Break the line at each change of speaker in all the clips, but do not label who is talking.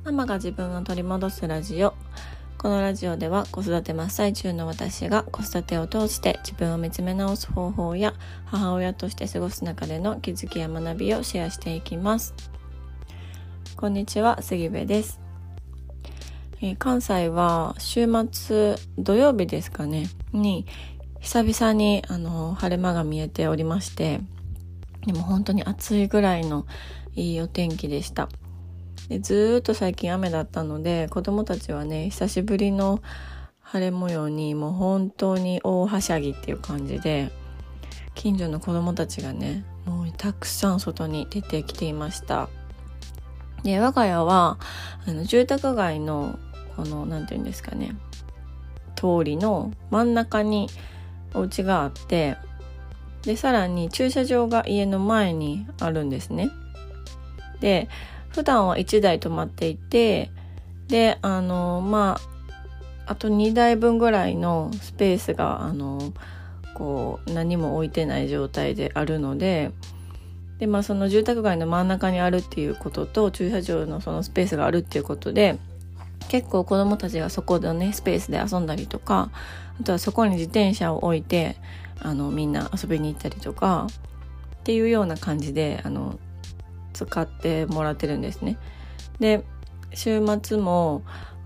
ママが自分を取り戻すラジオ。このラジオでは子育て真っ最中の私が子育てを通して自分を見つめ直す方法や母親として過ごす中での気づきや学びをシェアしていきます。こんにちは、杉部です。関西は週末土曜日ですかねに久々に晴れ間が見えておりまして、でも本当に暑いぐらいのいいお天気でした。でずーっと最近雨だったので、子供たちはね、久しぶりの晴れ模様にもう本当に大はしゃぎっていう感じで、近所の子供たちがね、もうたくさん外に出てきていました。で、我が家は住宅街のこのなんていうんですかね、通りの真ん中にお家があって、でさらに駐車場が家の前にあるんですね。で普段は1台止まっていて、であと2台分ぐらいのスペースがこう何も置いてない状態であるので、その住宅街の真ん中にあるっていうことと、駐車場のそのスペースがあるっていうことで、結構子供たちがそこでねスペースで遊んだりとか、あとはそこに自転車を置いてみんな遊びに行ったりとかっていうような感じで使ってもらってるんですね。で週末も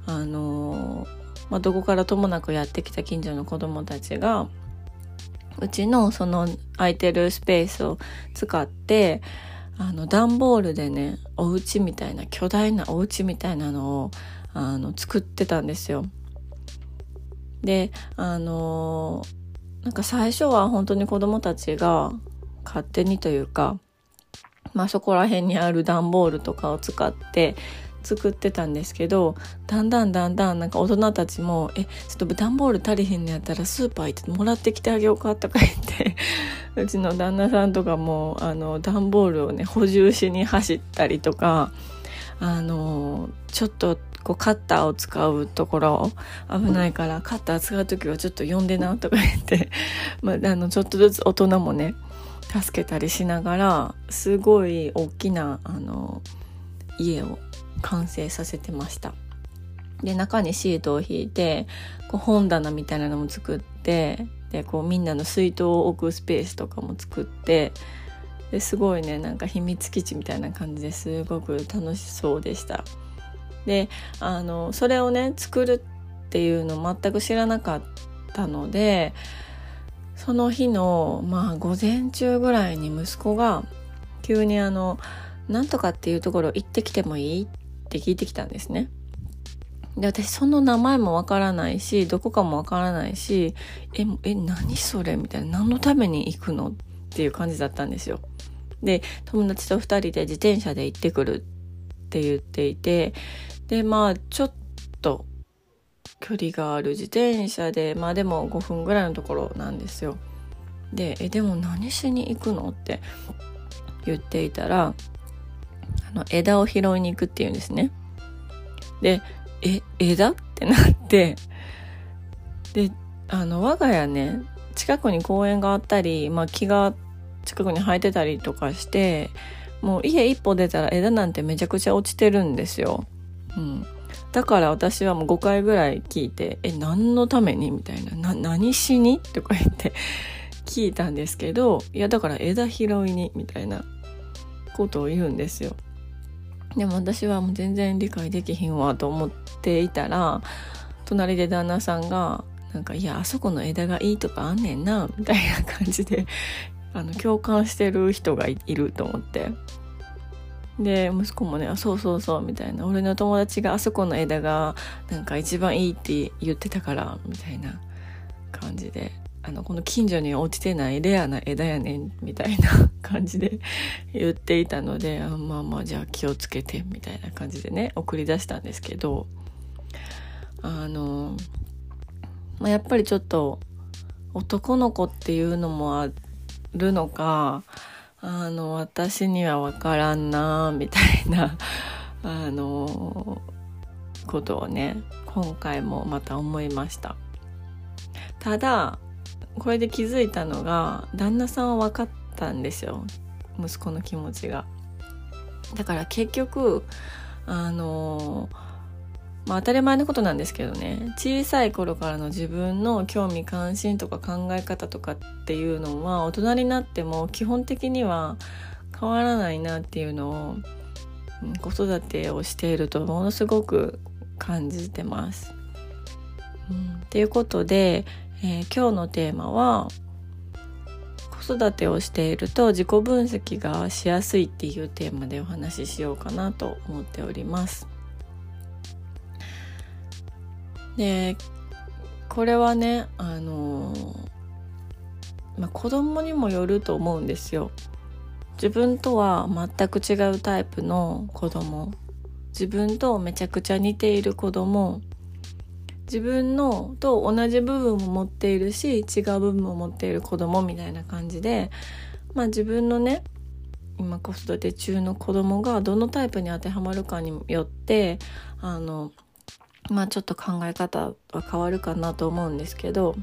どこからともなくやってきた近所の子供たちがうちのその空いてるスペースを使って段ボールでね、お家みたいな巨大なお家みたいなのを作ってたんですよ。でなんか最初は本当に子供たちが勝手にというか、そこら辺にある段ボールとかを使って作ってたんですけど、だんだんなんか大人たちもちょっと段ボール足りへんのやったらスーパー行ってもらってきてあげようかとか言ってうちの旦那さんとかも段ボールをね補充しに走ったりとか、ちょっとこうカッターを使うところ危ないからカッター使うときはちょっと呼んでなとか言ってちょっとずつ大人もね助けたりしながら、すごい大きな家を完成させてました。で中にシートを引いてこう本棚みたいなのも作って、でこうみんなの水筒を置くスペースとかも作って、ですごいね、なんか秘密基地みたいな感じですごく楽しそうでした。でそれをね作るっていうの全く知らなかったので、その日の午前中ぐらいに息子が急になんとかっていうところ行ってきてもいいって聞いてきたんですね。で私その名前もわからないし、どこかもわからないし、何それみたいな、何のために行くのっていう感じだったんですよ。で友達と2人で自転車で行ってくるって言っていて、でちょっと距離がある自転車ででも5分ぐらいのところなんですよ。でも何しに行くのって言っていたら、枝を拾いに行くっていうんですね。で枝ってなって、で我が家ね近くに公園があったり、木が近くに生えてたりとかして、もう家一歩出たら枝なんてめちゃくちゃ落ちてるんですよ。だから私はもう5回ぐらい聞いて、何のためにみたいな、何しにとか言って聞いたんですけど、いやだから枝拾いにみたいなことを言うんですよ。でも私はもう全然理解できひんわと思っていたら、隣で旦那さんがなんか、いやあそこの枝がいいとかあんねんなみたいな感じで共感してる人がいると思って、で息子もね、そうみたいな、俺の友達があそこの枝がなんか一番いいって言ってたからみたいな感じで、この近所に落ちてないレアな枝やねんみたいな感じで言っていたので、じゃあ気をつけてみたいな感じでね送り出したんですけど、やっぱりちょっと男の子っていうのもあるのか、私には分からんなみたいなことをね今回もまた思いました。ただこれで気づいたのが、旦那さんは分かったんですよ、息子の気持ちが。だから結局当たり前のことなんですけどね、小さい頃からの自分の興味関心とか考え方とかっていうのは大人になっても基本的には変わらないなっていうのを、子育てをしているとものすごく感じてます。ということで、今日のテーマは子育てをしていると自己分析がしやすいっていうテーマでお話ししようかなと思っております。で、これはね、子供にもよると思うんですよ。自分とは全く違うタイプの子供、自分とめちゃくちゃ似ている子供、自分のと同じ部分も持っているし違う部分も持っている子供みたいな感じで、自分のね、今子育て中の子供がどのタイプに当てはまるかによってちょっと考え方は変わるかなと思うんですけど、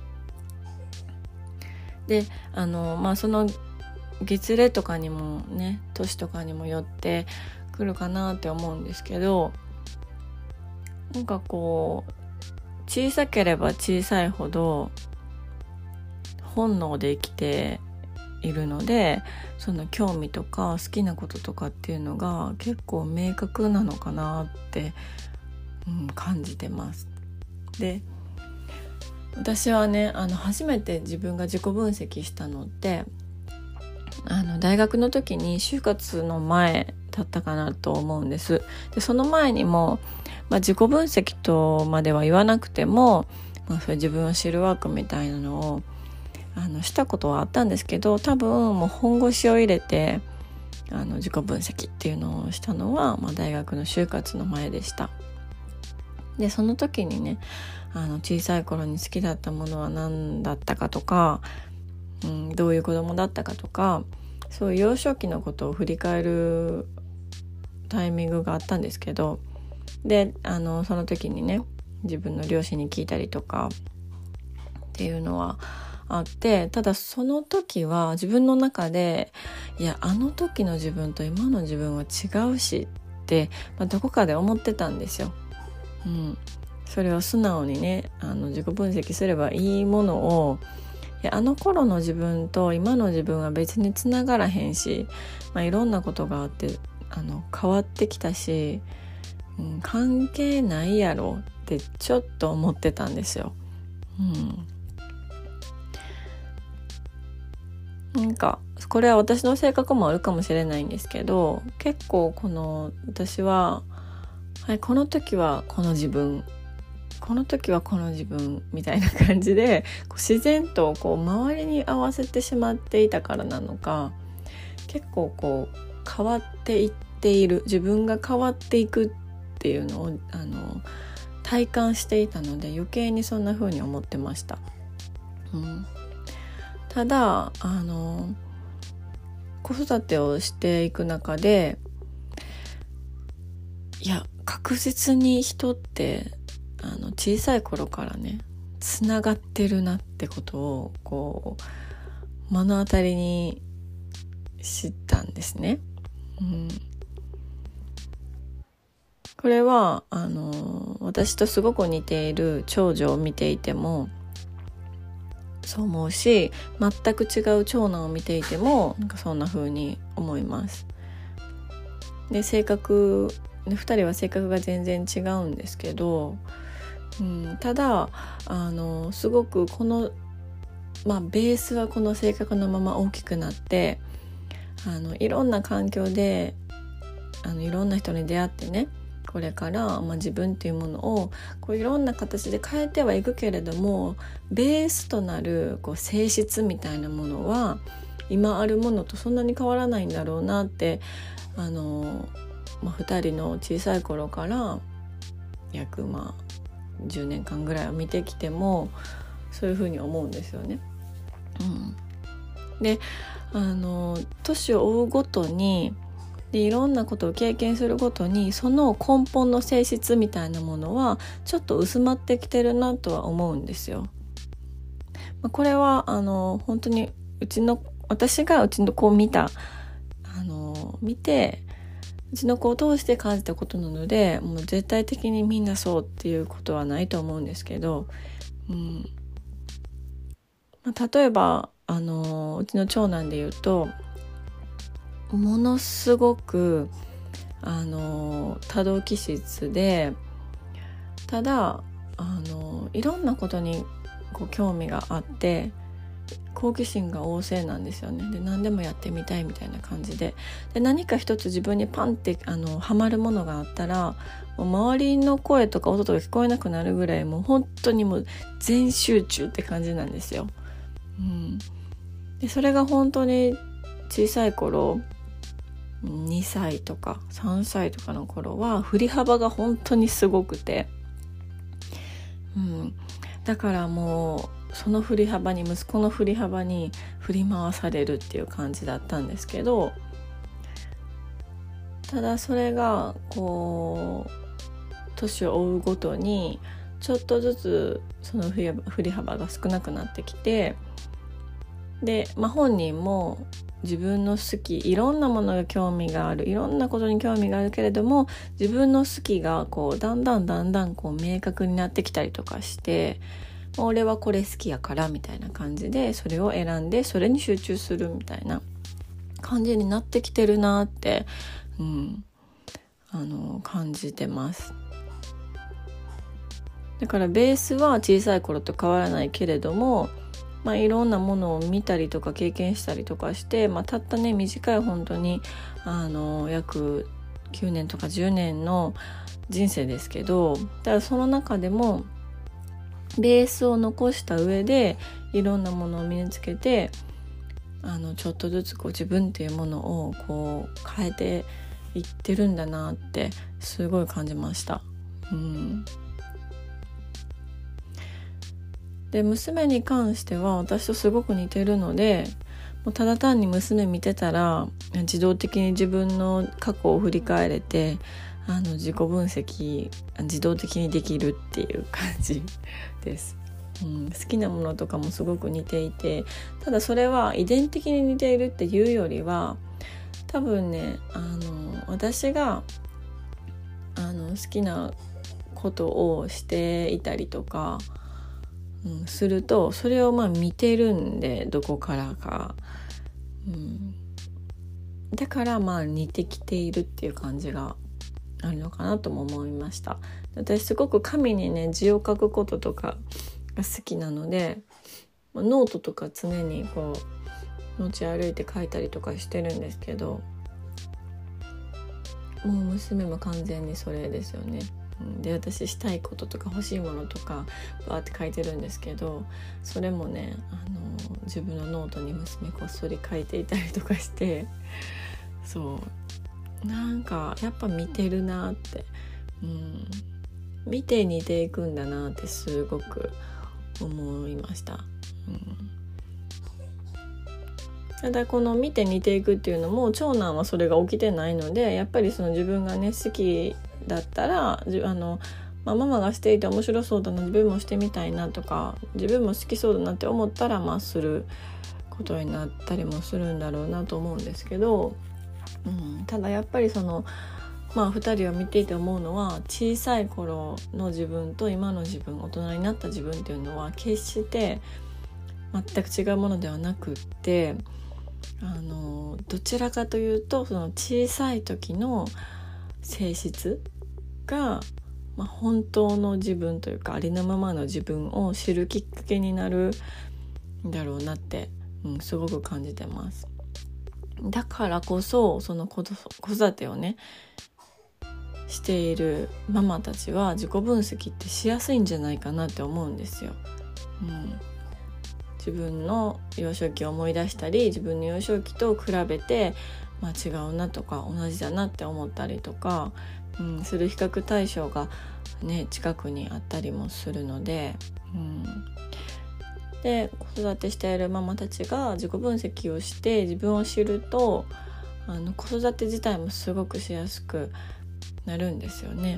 でその月齢とかにもね、年とかにもよってくるかなって思うんですけど、なんかこう小さければ小さいほど本能で生きているので、その興味とか好きなこととかっていうのが結構明確なのかなって感じてます。で、私はね、初めて自分が自己分析したのって大学の時に就活の前だったかなと思うんです。で、その前にも、自己分析とまでは言わなくても、そういう自分を知るワークみたいなのをしたことはあったんですけど、多分もう本腰を入れて自己分析っていうのをしたのは、大学の就活の前でした。で、その時にね、小さい頃に好きだったものは何だったかとか、どういう子供だったかとか、そういう幼少期のことを振り返るタイミングがあったんですけど、でその時にね、自分の両親に聞いたりとかっていうのはあって、ただその時は自分の中で、いや、あの時の自分と今の自分は違うしって、どこかで思ってたんですよ。それを素直にね、自己分析すればいいものを、あの頃の自分と今の自分は別につながらへんし、いろんなことがあって変わってきたし、関係ないやろってちょっと思ってたんですよ。なんかこれは私の性格もあるかもしれないんですけど、結構私は、この時はこの自分、この時はこの自分みたいな感じで自然と周りに合わせてしまっていたからなのか、結構変わっていっている自分が変わっていくっていうのを体感していたので、余計にそんな風に思ってました。ただ子育てをしていく中で、いや、確実に人って小さい頃からねつながってるなってことを目の当たりに知ったんですね。これは私とすごく似ている長女を見ていてもそう思うし、全く違う長男を見ていてもそんな風に思います。で、2人は性格が全然違うんですけど、ただすごくこの、ベースはこの性格のまま大きくなって、いろんな環境でいろんな人に出会ってね、これから、自分っていうものをいろんな形で変えてはいくけれども、ベースとなる性質みたいなものは今あるものとそんなに変わらないんだろうなって2人の小さい頃から約10年間ぐらいを見てきてもそういうふうに思うんですよね。で年を追うごとにでいろんなことを経験するごとにその根本の性質みたいなものはちょっと薄まってきてるなとは思うんですよ。これは本当に私がうちの子を見てうちの子を通して感じたことなので、もう絶対的にみんなそうっていうことはないと思うんですけど、例えばうちの長男で言うと、ものすごく多動気質で、ただいろんなことにこう興味があって好奇心が旺盛なんですよね。で何でもやってみたいみたいな感じで、何か一つ自分にパンってハマるものがあったら、もう周りの声とか音とか聞こえなくなるぐらい、もう本当にもう全集中って感じなんですよ。でそれが本当に小さい頃、2歳とか3歳とかの頃は振り幅が本当にすごくて、だからもうその振り幅に、息子の振り幅に振り回されるっていう感じだったんですけど、ただそれがこう年を追うごとにちょっとずつその振り幅が少なくなってきて、で、本人も自分の好き、いろんなものが興味がある、いろんなことに興味があるけれども、自分の好きがこうだんだんこう明確になってきたりとかして、俺はこれ好きやからみたいな感じでそれを選んでそれに集中するみたいな感じになってきてるなって、感じてます。だからベースは小さい頃と変わらないけれども、いろんなものを見たりとか経験したりとかして、たったね短い本当に約9年とか10年の人生ですけど、ただその中でもベースを残した上でいろんなものを身につけて、ちょっとずつこう自分っていうものをこう変えていってるんだなってすごい感じました。で娘に関しては私とすごく似てるので、もうただ単に娘見てたら自動的に自分の過去を振り返れて自己分析自動的にできるっていう感じです。好きなものとかもすごく似ていて、ただそれは遺伝的に似ているっていうよりは、多分ね私が好きなことをしていたりとか、するとそれを見てるんで、どこからか、だから似てきているっていう感じがあるのかなとも思いました。私すごく紙にね字を書くこととかが好きなので、ノートとか常にこう持ち歩いて書いたりとかしてるんですけど、もう娘も完全にそれですよね。で私したいこととか欲しいものとかバーって書いてるんですけど、それもね自分のノートに娘こっそり書いていたりとかして、そうなんかやっぱ見てるなって、見て似ていくんだなってすごく思いました。ただこの見て似ていくっていうのも長男はそれが起きてないので、やっぱりその自分がね好きだったらママがしていて面白そうだな、自分もしてみたいなとか、自分も好きそうだなって思ったらすることになったりもするんだろうなと思うんですけど、ただやっぱりその2人を見ていて思うのは、小さい頃の自分と今の自分、大人になった自分っていうのは決して全く違うものではなくって、どちらかというとその小さい時の性質が、本当の自分というかありのままの自分を知るきっかけになるんだろうなって、すごく感じてます。だからこそその子育てをねしているママたちは自己分析ってしやすいんじゃないかなって思うんですよ。自分の幼少期を思い出したり、自分の幼少期と比べて、違うなとか同じだなって思ったりとか、する比較対象がね近くにあったりもするので、で子育てしているママたちが自己分析をして自分を知ると、子育て自体もすごくしやすくなるんですよね。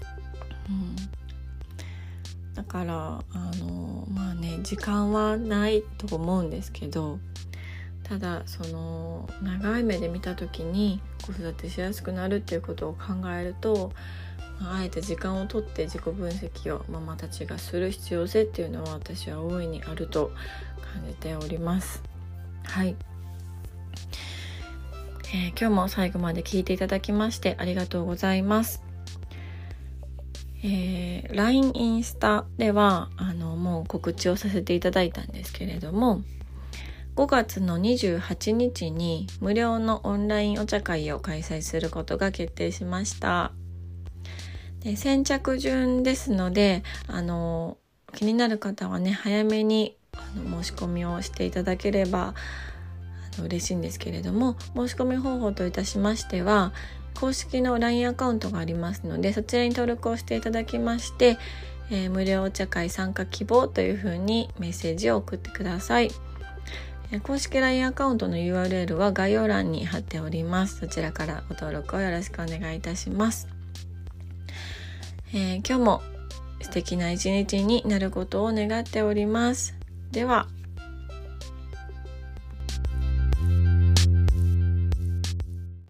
だから時間はないと思うんですけど、 ただその長い目で見た時に子育てしやすくなるっていうことを考えると、あえて時間をとって自己分析をママたちがする必要性っていうのは私は大いにあると感じております。はい、今日も最後まで聞いていただきましてありがとうございます。LINE インスタではもう告知をさせていただいたんですけれども、5月の28日に無料のオンラインお茶会を開催することが決定しました。で、先着順ですので気になる方はね早めに申し込みをしていただければ嬉しいんですけれども、申し込み方法といたしましては公式の LINE アカウントがありますので、そちらに登録をしていただきまして、無料お茶会参加希望というふうにメッセージを送ってください。公式 LINE アカウントの URL は概要欄に貼っております。そちらからご登録をよろしくお願いいたします。今日も素敵な一日になることを願っております。では。